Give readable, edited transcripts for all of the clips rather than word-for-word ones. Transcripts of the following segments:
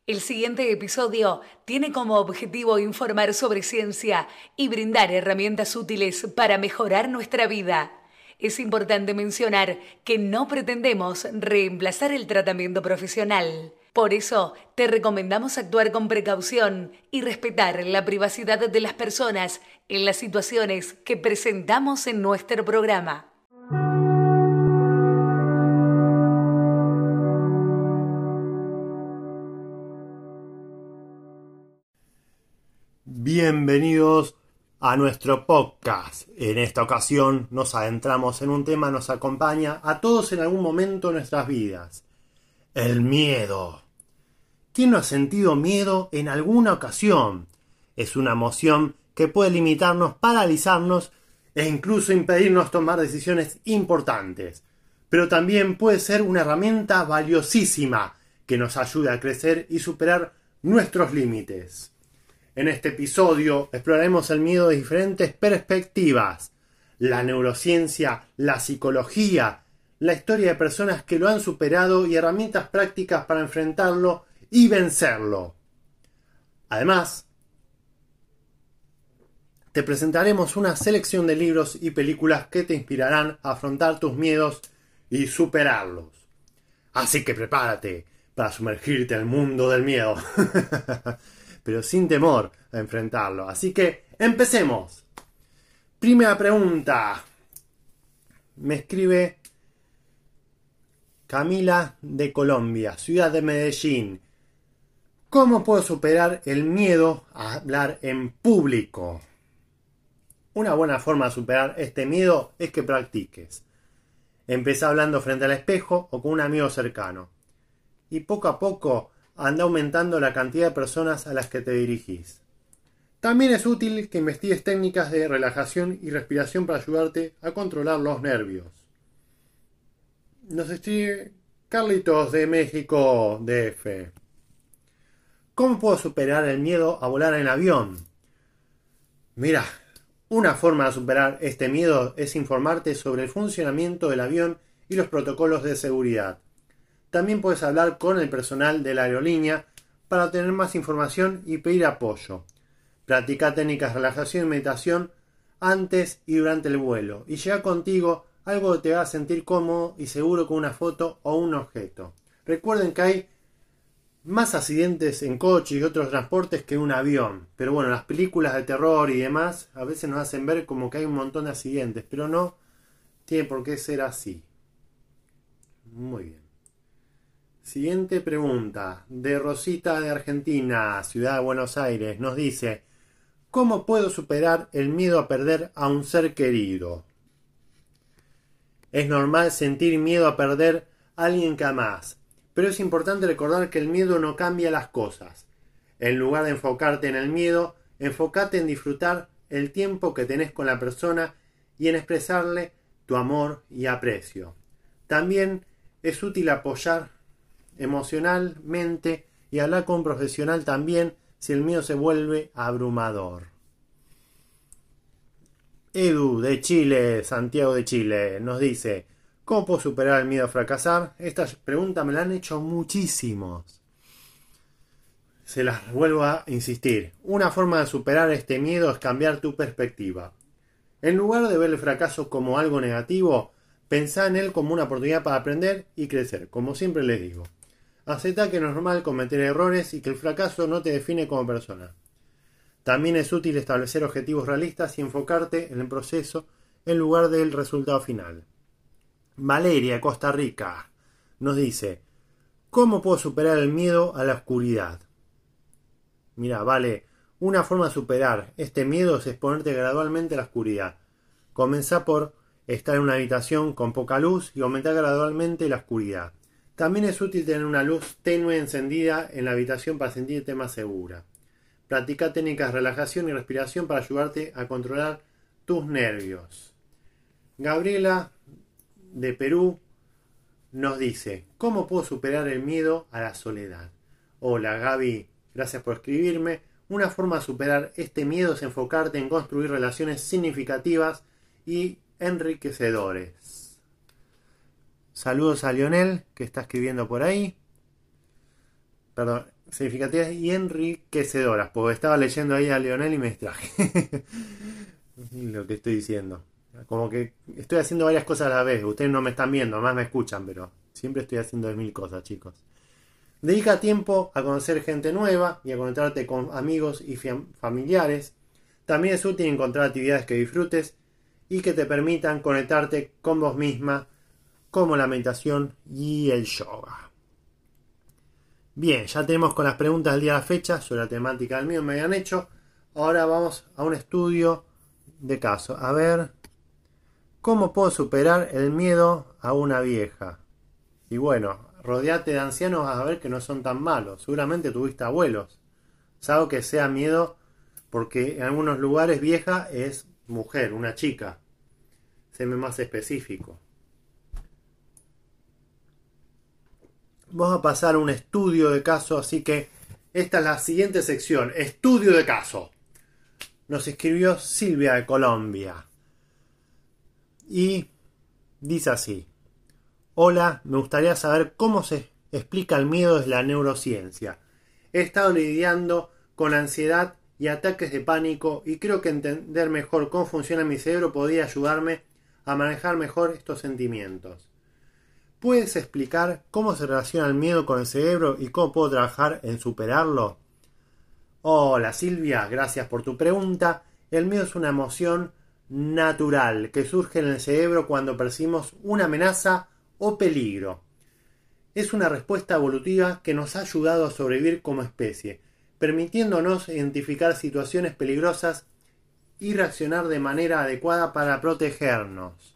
El siguiente episodio tiene como objetivo informar sobre ciencia y brindar herramientas útiles para mejorar nuestra vida. Es importante mencionar que no pretendemos reemplazar el tratamiento profesional. Por eso, te recomendamos actuar con precaución y respetar la privacidad de las personas en las situaciones que presentamos en nuestro programa. Bienvenidos a nuestro podcast. En esta ocasión nos adentramos en un tema que nos acompaña a todos en algún momento de nuestras vidas. El miedo. ¿Quién no ha sentido miedo en alguna ocasión? Es una emoción que puede limitarnos, paralizarnos e incluso impedirnos tomar decisiones importantes. Pero también puede ser una herramienta valiosísima que nos ayuda a crecer y superar nuestros límites. En este episodio exploraremos el miedo de diferentes perspectivas, la neurociencia, la psicología, la historia de personas que lo han superado y herramientas prácticas para enfrentarlo y vencerlo. Además, te presentaremos una selección de libros y películas que te inspirarán a afrontar tus miedos y superarlos. Así que prepárate para sumergirte en el mundo del miedo. Pero sin temor a enfrentarlo. Así que empecemos. Primera pregunta. Me escribe Camila de Colombia, ciudad de Medellín. ¿Cómo puedo superar el miedo a hablar en público? Una buena forma de superar este miedo es que practiques. Empezá hablando frente al espejo o con un amigo cercano. Y poco a poco anda aumentando la cantidad de personas a las que te dirigís. También es útil que investigues técnicas de relajación y respiración para ayudarte a controlar los nervios. Nos escribe Carlitos de México DF. ¿Cómo puedo superar el miedo a volar en avión? Mira, una forma de superar este miedo es informarte sobre el funcionamiento del avión y los protocolos de seguridad. También puedes hablar con el personal de la aerolínea para obtener más información y pedir apoyo. Practica técnicas de relajación y meditación antes y durante el vuelo. Y lleva contigo algo que te va a sentir cómodo y seguro con una foto o un objeto. Recuerden que hay más accidentes en coche y otros transportes que en un avión. Pero bueno, las películas de terror y demás a veces nos hacen ver como que hay un montón de accidentes. Pero no tiene por qué ser así. Muy bien. Siguiente pregunta, de Rosita de Argentina, ciudad de Buenos Aires, nos dice: ¿cómo puedo superar el miedo a perder a un ser querido? Es normal sentir miedo a perder a alguien que amás, pero es importante recordar que el miedo no cambia las cosas. En lugar de enfocarte en el miedo, enfócate en disfrutar el tiempo que tenés con la persona y en expresarle tu amor y aprecio. También es útil apoyar emocionalmente y hablar con un profesional también si el miedo se vuelve abrumador. Edu de Chile, Santiago de Chile, nos dice: ¿cómo puedo superar el miedo a fracasar? Esta pregunta me la han hecho muchísimos. Se las vuelvo a insistir. Una forma de superar este miedo es cambiar tu perspectiva. En lugar de ver el fracaso como algo negativo, pensá en él como una oportunidad para aprender y crecer, como siempre les digo. Acepta que es normal cometer errores y que el fracaso no te define como persona. También es útil establecer objetivos realistas y enfocarte en el proceso en lugar del resultado final. Valeria, Costa Rica, nos dice: ¿cómo puedo superar el miedo a la oscuridad? Mira, vale, una forma de superar este miedo es exponerte gradualmente a la oscuridad. Comenzá por estar en una habitación con poca luz y aumentar gradualmente la oscuridad. También es útil tener una luz tenue encendida en la habitación para sentirte más segura. Practica técnicas de relajación y respiración para ayudarte a controlar tus nervios. Gabriela de Perú nos dice: ¿cómo puedo superar el miedo a la soledad? Hola Gaby, gracias por escribirme. Una forma de superar este miedo es enfocarte en construir relaciones significativas y enriquecedores. Saludos a Lionel, que está escribiendo por ahí. perdón, significativas y enriquecedoras, porque estaba leyendo ahí a Leonel y me distraje. Lo que estoy diciendo. Como que estoy haciendo varias cosas a la vez. Ustedes no me están viendo, más me escuchan, pero siempre estoy haciendo 1000 cosas, chicos. Dedica tiempo a conocer gente nueva y a conectarte con amigos y familiares. También es útil encontrar actividades que disfrutes y que te permitan conectarte con vos misma, como la meditación y el yoga. Bien, ya tenemos con las preguntas del día de la fecha sobre la temática del mío me habían hecho. Ahora vamos a un estudio de caso. A ver, ¿cómo puedo superar el miedo a una vieja? Y bueno, rodeate de ancianos a ver que no son tan malos. Seguramente tuviste abuelos. Salvo que sea miedo porque en algunos lugares vieja es mujer, una chica. Séme más específico. Vamos a pasar a un estudio de caso, así que esta es la siguiente sección. Estudio de caso. Nos escribió Silvia de Colombia. Y dice así. Hola, me gustaría saber cómo se explica el miedo desde la neurociencia. He estado lidiando con ansiedad y ataques de pánico y creo que entender mejor cómo funciona mi cerebro podría ayudarme a manejar mejor estos sentimientos. ¿Puedes explicar cómo se relaciona el miedo con el cerebro y cómo puedo trabajar en superarlo? Hola Silvia, gracias por tu pregunta. El miedo es una emoción natural que surge en el cerebro cuando percibimos una amenaza o peligro. Es una respuesta evolutiva que nos ha ayudado a sobrevivir como especie, permitiéndonos identificar situaciones peligrosas y reaccionar de manera adecuada para protegernos.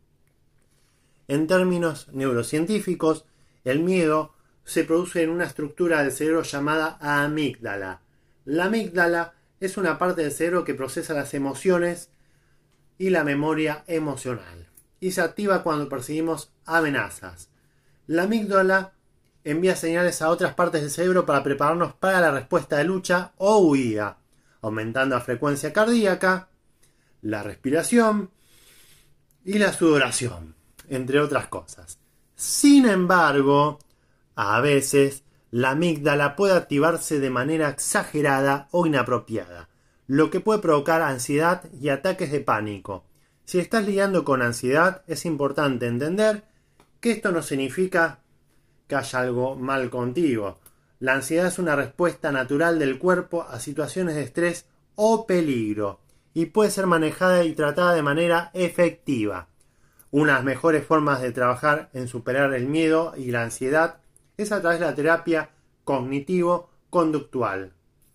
En términos neurocientíficos, el miedo se produce en una estructura del cerebro llamada amígdala. La amígdala es una parte del cerebro que procesa las emociones y la memoria emocional y se activa cuando percibimos amenazas. La amígdala envía señales a otras partes del cerebro para prepararnos para la respuesta de lucha o huida, aumentando la frecuencia cardíaca, la respiración y la sudoración, entre otras cosas. Sin embargo, a veces la amígdala puede activarse de manera exagerada o inapropiada, lo que puede provocar ansiedad y ataques de pánico. Si estás lidiando con ansiedad, es importante entender que esto no significa que haya algo mal contigo. La ansiedad es una respuesta natural del cuerpo a situaciones de estrés o peligro y puede ser manejada y tratada de manera efectiva. Una de las mejores formas de trabajar en superar el miedo y la ansiedad es a través de la terapia cognitivo-conductual,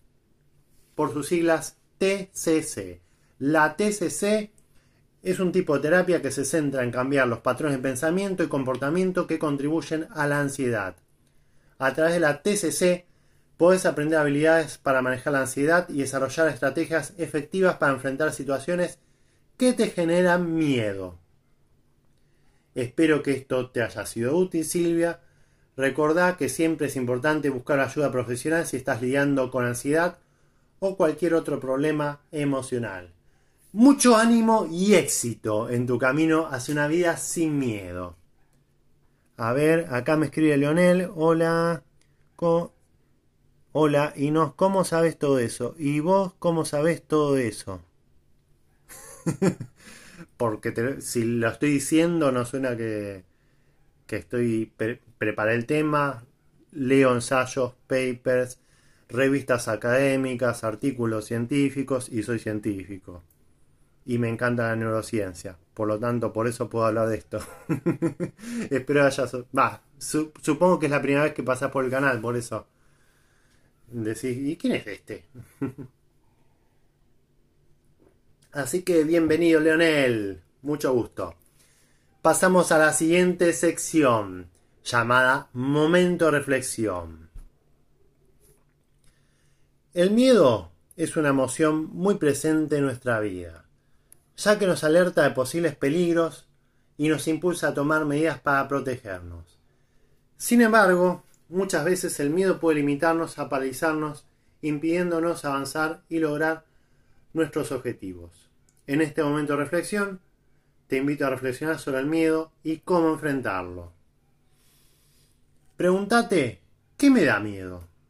por sus siglas TCC. La TCC es un tipo de terapia que se centra en cambiar los patrones de pensamiento y comportamiento que contribuyen a la ansiedad. A través de la TCC podés aprender habilidades para manejar la ansiedad y desarrollar estrategias efectivas para enfrentar situaciones que te generan miedo. Espero que esto te haya sido útil, Silvia. Recordá que siempre es importante buscar ayuda profesional si estás lidiando con ansiedad o cualquier otro problema emocional. Mucho ánimo y éxito en tu camino hacia una vida sin miedo. A ver, acá me escribe Leonel. Hola. Hola, y no, ¿cómo sabes todo eso? ¿Y vos cómo sabés todo eso? Porque si lo estoy diciendo no suena que preparé el tema, leo ensayos, papers, revistas académicas, artículos científicos y soy científico. Y me encanta la neurociencia, por lo tanto por eso puedo hablar de esto. Espero supongo que es la primera vez que pasás por el canal, por eso decís, ¿y quién es este? Así que bienvenido Leonel, mucho gusto. Pasamos a la siguiente sección, llamada Momento de Reflexión. El miedo es una emoción muy presente en nuestra vida, ya que nos alerta de posibles peligros y nos impulsa a tomar medidas para protegernos. Sin embargo, muchas veces el miedo puede limitarnos a paralizarnos, impidiéndonos avanzar y lograr nuestros objetivos. En este momento de reflexión, te invito a reflexionar sobre el miedo y cómo enfrentarlo. Pregúntate, ¿qué me da miedo?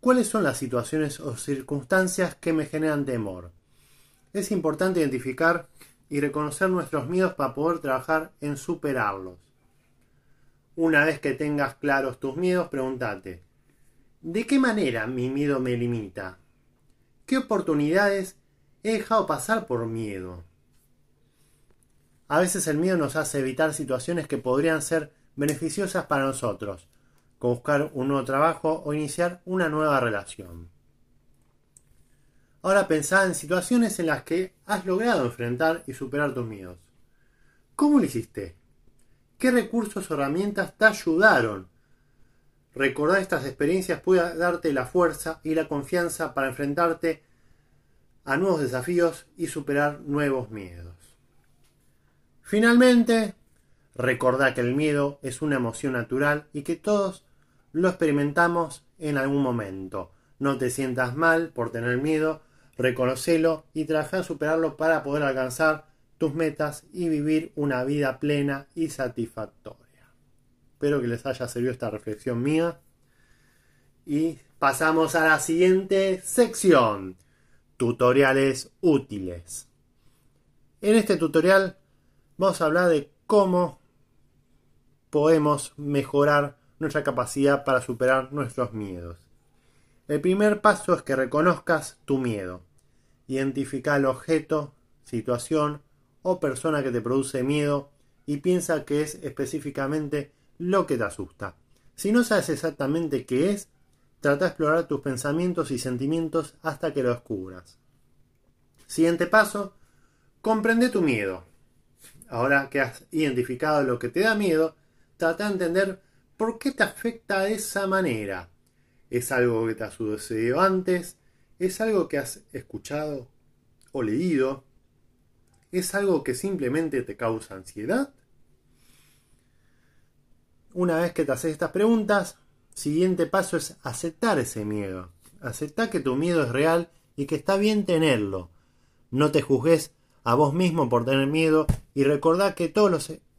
¿Cuáles son las situaciones o circunstancias que me generan temor? Es importante identificar y reconocer nuestros miedos para poder trabajar en superarlos. Una vez que tengas claros tus miedos, pregúntate, ¿de qué manera mi miedo me limita? ¿Qué oportunidades he dejado pasar por miedo? A veces el miedo nos hace evitar situaciones que podrían ser beneficiosas para nosotros, como buscar un nuevo trabajo o iniciar una nueva relación. Ahora pensá en situaciones en las que has logrado enfrentar y superar tus miedos. ¿Cómo lo hiciste? ¿Qué recursos o herramientas te ayudaron? Recordar estas experiencias puede darte la fuerza y la confianza para enfrentarte a nuevos desafíos y superar nuevos miedos. Finalmente, recordá que el miedo es una emoción natural y que todos lo experimentamos en algún momento. No te sientas mal por tener miedo, reconocelo y trabajá en superarlo para poder alcanzar tus metas y vivir una vida plena y satisfactoria. Espero que les haya servido esta reflexión mía. Y pasamos a la siguiente sección. Tutoriales útiles. En este tutorial vamos a hablar de cómo podemos mejorar nuestra capacidad para superar nuestros miedos. El primer paso es que reconozcas tu miedo. Identifica el objeto, situación o persona que te produce miedo y piensa qué es específicamente lo que te asusta. Si no sabes exactamente qué es, trata de explorar tus pensamientos y sentimientos hasta que lo descubras. Siguiente paso, comprende tu miedo. Ahora que has identificado lo que te da miedo, trata de entender por qué te afecta de esa manera. ¿Es algo que te ha sucedido antes? ¿Es algo que has escuchado o leído? ¿Es algo que simplemente te causa ansiedad? Una vez que te haces estas preguntas, siguiente paso es aceptar ese miedo. Aceptar que tu miedo es real y que está bien tenerlo. No te juzgues a vos mismo por tener miedo y recordá que todo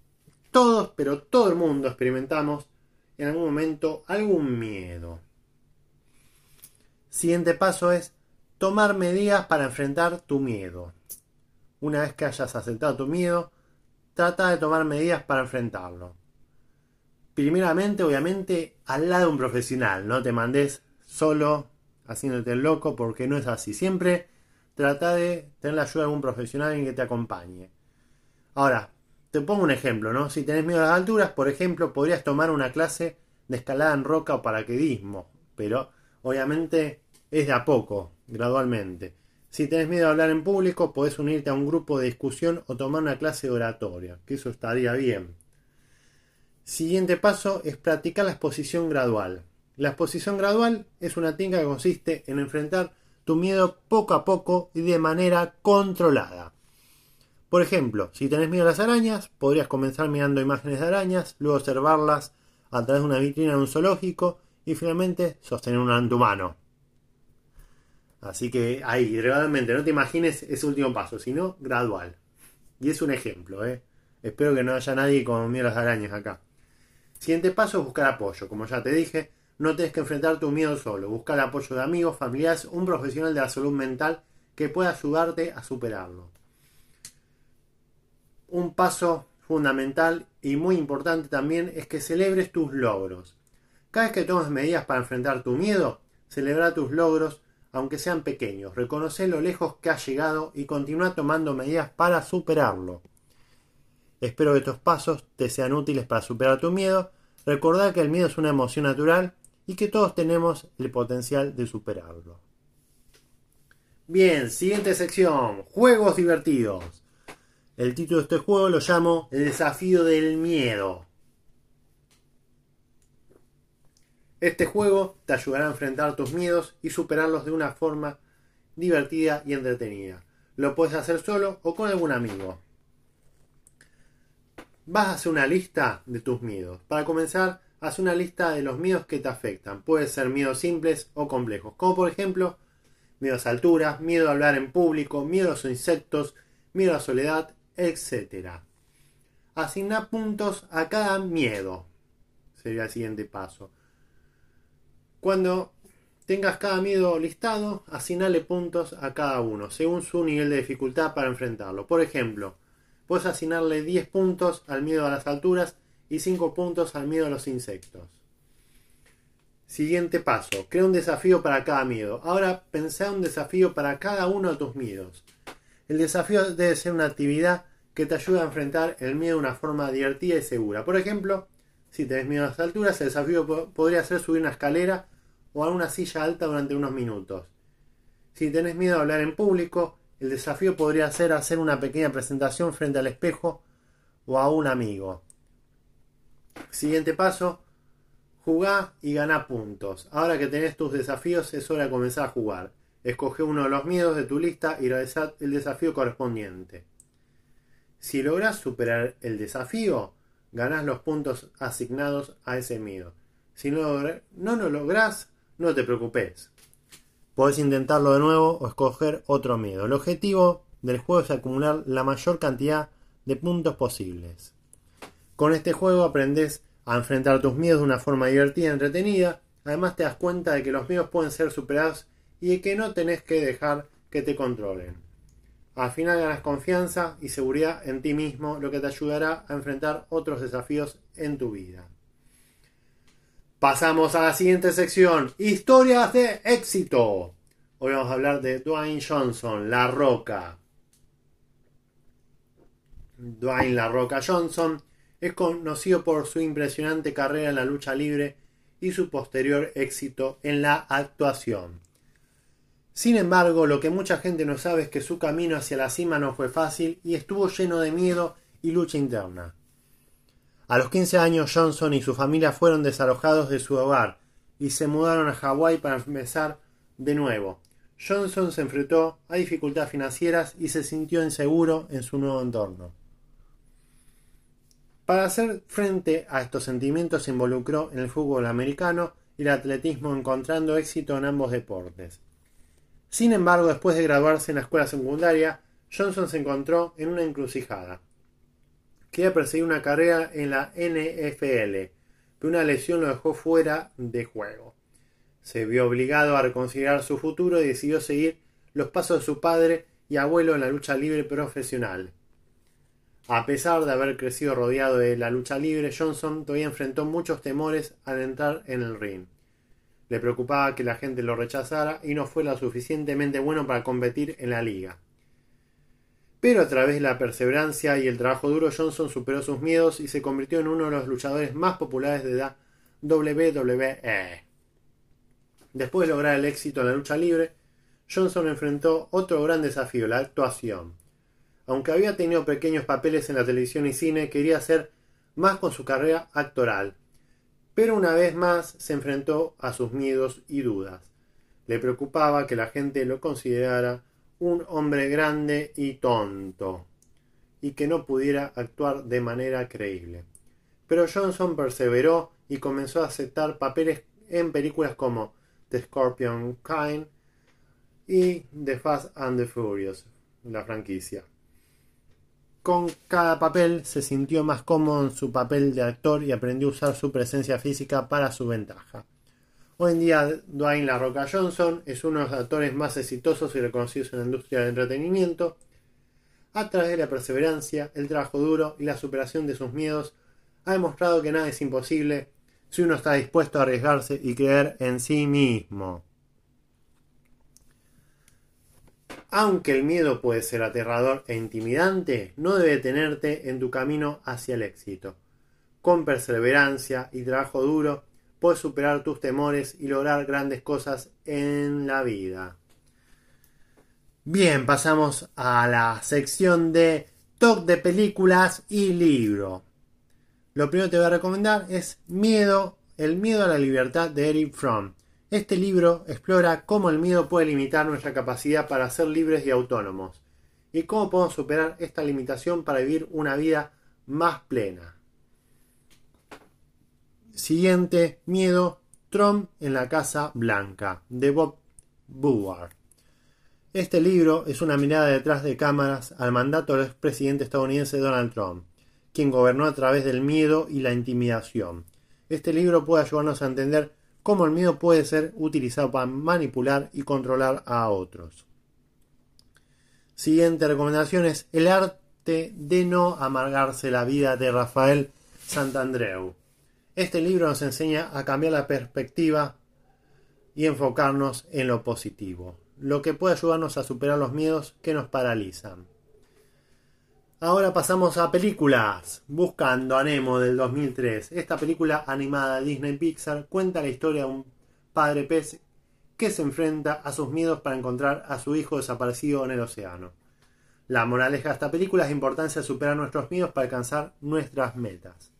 el mundo experimentamos en algún momento algún miedo. Siguiente paso es tomar medidas para enfrentar tu miedo. Una vez que hayas aceptado tu miedo, trata de tomar medidas para enfrentarlo. Primeramente, obviamente, al lado de un profesional. No te mandes solo haciéndote el loco porque no es así. Siempre trata de tener la ayuda de algún profesional, alguien que te acompañe. Ahora, te pongo un ejemplo, ¿no? Si tenés miedo a las alturas, por ejemplo, podrías tomar una clase de escalada en roca o paracaidismo. Pero, obviamente, es de a poco, gradualmente. Si tenés miedo a hablar en público, podés unirte a un grupo de discusión o tomar una clase de oratoria, que eso estaría bien. Siguiente paso es practicar la exposición gradual. La exposición gradual es una técnica que consiste en enfrentar tu miedo poco a poco y de manera controlada. Por ejemplo, si tenés miedo a las arañas, podrías comenzar mirando imágenes de arañas, luego observarlas a través de una vitrina de un zoológico y finalmente sostener una en tu mano. Así que ahí, gradualmente, no te imagines ese último paso, sino gradual. Y es un ejemplo, Espero que no haya nadie con miedo a las arañas acá. Siguiente paso es buscar apoyo. Como ya te dije, no tienes que enfrentar tu miedo solo. Busca el apoyo de amigos, familiares, un profesional de la salud mental que pueda ayudarte a superarlo. Un paso fundamental y muy importante también es que celebres tus logros. Cada vez que tomes medidas para enfrentar tu miedo, celebra tus logros, aunque sean pequeños. Reconoce lo lejos que has llegado y continúa tomando medidas para superarlo. Espero que estos pasos te sean útiles para superar tu miedo. Recordá que el miedo es una emoción natural y que todos tenemos el potencial de superarlo. Bien, siguiente sección, juegos divertidos. El título de este juego lo llamo El desafío del miedo. Este juego te ayudará a enfrentar tus miedos y superarlos de una forma divertida y entretenida. Lo puedes hacer solo o con algún amigo. Vas a hacer una lista de tus miedos. Para comenzar, haz una lista de los miedos que te afectan. Pueden ser miedos simples o complejos, como por ejemplo, miedo a las alturas, miedo a hablar en público, miedo a los insectos, miedo a la soledad, etc. Asigna puntos a cada miedo. Sería el siguiente paso. Cuando tengas cada miedo listado, asignale puntos a cada uno, según su nivel de dificultad para enfrentarlo. Por ejemplo, puedes asignarle 10 puntos al miedo a las alturas y 5 puntos al miedo a los insectos. Siguiente paso, crea un desafío para cada miedo. Ahora pensá un desafío para cada uno de tus miedos. El desafío debe ser una actividad que te ayude a enfrentar el miedo de una forma divertida y segura. Por ejemplo, si tenés miedo a las alturas, el desafío podría ser subir una escalera o a una silla alta durante unos minutos. Si tenés miedo a hablar en público, el desafío podría ser hacer una pequeña presentación frente al espejo o a un amigo. Siguiente paso, jugá y ganá puntos. Ahora que tenés tus desafíos, es hora de comenzar a jugar. Escoge uno de los miedos de tu lista y realizá el desafío correspondiente. Si lográs superar el desafío, ganás los puntos asignados a ese miedo. Si no lo lográs, no te preocupes. Podés intentarlo de nuevo o escoger otro miedo. El objetivo del juego es acumular la mayor cantidad de puntos posibles. Con este juego aprendés a enfrentar tus miedos de una forma divertida y entretenida. Además te das cuenta de que los miedos pueden ser superados y de que no tenés que dejar que te controlen. Al final ganas confianza y seguridad en ti mismo, lo que te ayudará a enfrentar otros desafíos en tu vida. Pasamos a la siguiente sección, historias de éxito. Hoy vamos a hablar de Dwayne Johnson, La Roca. Dwayne La Roca Johnson es conocido por su impresionante carrera en la lucha libre y su posterior éxito en la actuación. Sin embargo, lo que mucha gente no sabe es que su camino hacia la cima no fue fácil y estuvo lleno de miedo y lucha interna. A los 15 años, Johnson y su familia fueron desalojados de su hogar y se mudaron a Hawái para empezar de nuevo. Johnson se enfrentó a dificultades financieras y se sintió inseguro en su nuevo entorno. Para hacer frente a estos sentimientos se involucró en el fútbol americano y el atletismo, encontrando éxito en ambos deportes. Sin embargo, después de graduarse en la escuela secundaria, Johnson se encontró en una encrucijada. Quería perseguir una carrera en la NFL, pero una lesión lo dejó fuera de juego. Se vio obligado a reconsiderar su futuro y decidió seguir los pasos de su padre y abuelo en la lucha libre profesional. A pesar de haber crecido rodeado de la lucha libre, Johnson todavía enfrentó muchos temores al entrar en el ring. Le preocupaba que la gente lo rechazara y no fue lo suficientemente bueno para competir en la liga. Pero a través de la perseverancia y el trabajo duro, Johnson superó sus miedos y se convirtió en uno de los luchadores más populares de la WWE. Después de lograr el éxito en la lucha libre, Johnson enfrentó otro gran desafío, la actuación. Aunque había tenido pequeños papeles en la televisión y cine, quería hacer más con su carrera actoral. Pero una vez más se enfrentó a sus miedos y dudas. Le preocupaba que la gente lo considerara un hombre grande y tonto, y que no pudiera actuar de manera creíble. Pero Johnson perseveró y comenzó a aceptar papeles en películas como The Scorpion King y The Fast and the Furious, la franquicia. Con cada papel se sintió más cómodo en su papel de actor y aprendió a usar su presencia física para su ventaja. Hoy en día, Dwayne La Roca Johnson es uno de los actores más exitosos y reconocidos en la industria del entretenimiento. A través de la perseverancia, el trabajo duro y la superación de sus miedos, ha demostrado que nada es imposible si uno está dispuesto a arriesgarse y creer en sí mismo. Aunque el miedo puede ser aterrador e intimidante, no debe detenerte en tu camino hacia el éxito. Con perseverancia y trabajo duro, puedes superar tus temores y lograr grandes cosas en la vida. Bien, pasamos a la sección de top de películas y libro. Lo primero que te voy a recomendar es El miedo a la libertad de Erich Fromm. Este libro explora cómo el miedo puede limitar nuestra capacidad para ser libres y autónomos, y cómo podemos superar esta limitación para vivir una vida más plena. Siguiente, Miedo, Trump en la Casa Blanca, de Bob Woodward. Este libro es una mirada detrás de cámaras al mandato del expresidente estadounidense Donald Trump, quien gobernó a través del miedo y la intimidación. Este libro puede ayudarnos a entender cómo el miedo puede ser utilizado para manipular y controlar a otros. Siguiente recomendación es El arte de no amargarse la vida, de Rafael Santandreu. Este libro nos enseña a cambiar la perspectiva y enfocarnos en lo positivo, lo que puede ayudarnos a superar los miedos que nos paralizan. Ahora pasamos a películas. Buscando a Nemo del 2003. Esta película animada de Disney Pixar cuenta la historia de un padre pez que se enfrenta a sus miedos para encontrar a su hijo desaparecido en el océano. La moraleja de esta película es la importancia de superar nuestros miedos para alcanzar nuestras metas.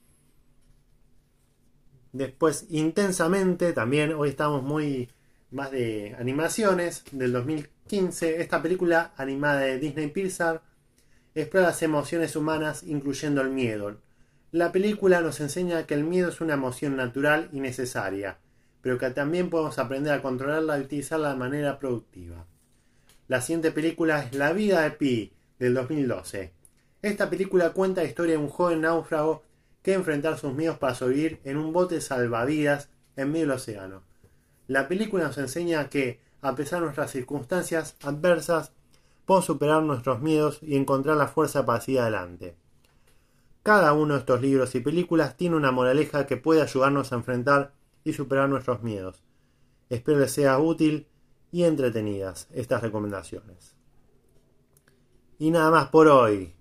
Después, Intensamente, también hoy estamos muy más de animaciones, del 2015. Esta película animada de Disney Pixar explora las emociones humanas, incluyendo el miedo. La película nos enseña que el miedo es una emoción natural y necesaria, pero que también podemos aprender a controlarla y utilizarla de manera productiva. La siguiente película es La vida de Pi, del 2012. Esta película cuenta la historia de un joven náufrago que enfrentar sus miedos para sobrevivir en un bote salvavidas en medio del océano. La película nos enseña que, a pesar de nuestras circunstancias adversas, podemos superar nuestros miedos y encontrar la fuerza para seguir adelante. Cada uno de estos libros y películas tiene una moraleja que puede ayudarnos a enfrentar y superar nuestros miedos. Espero les sea útil y entretenidas estas recomendaciones. Y nada más por hoy.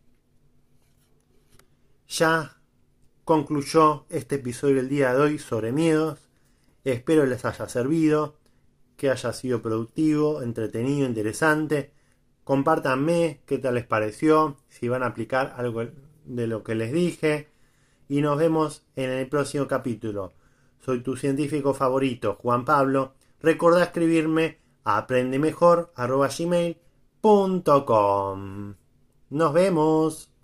Ya concluyó este episodio del día de hoy sobre miedos. Espero les haya servido, que haya sido productivo, entretenido, interesante. Compártanme qué tal les pareció, si van a aplicar algo de lo que les dije. Y nos vemos en el próximo capítulo. Soy tu científico favorito, Juan Pablo. Recordá escribirme a aprendemejor@gmail.com. Nos vemos.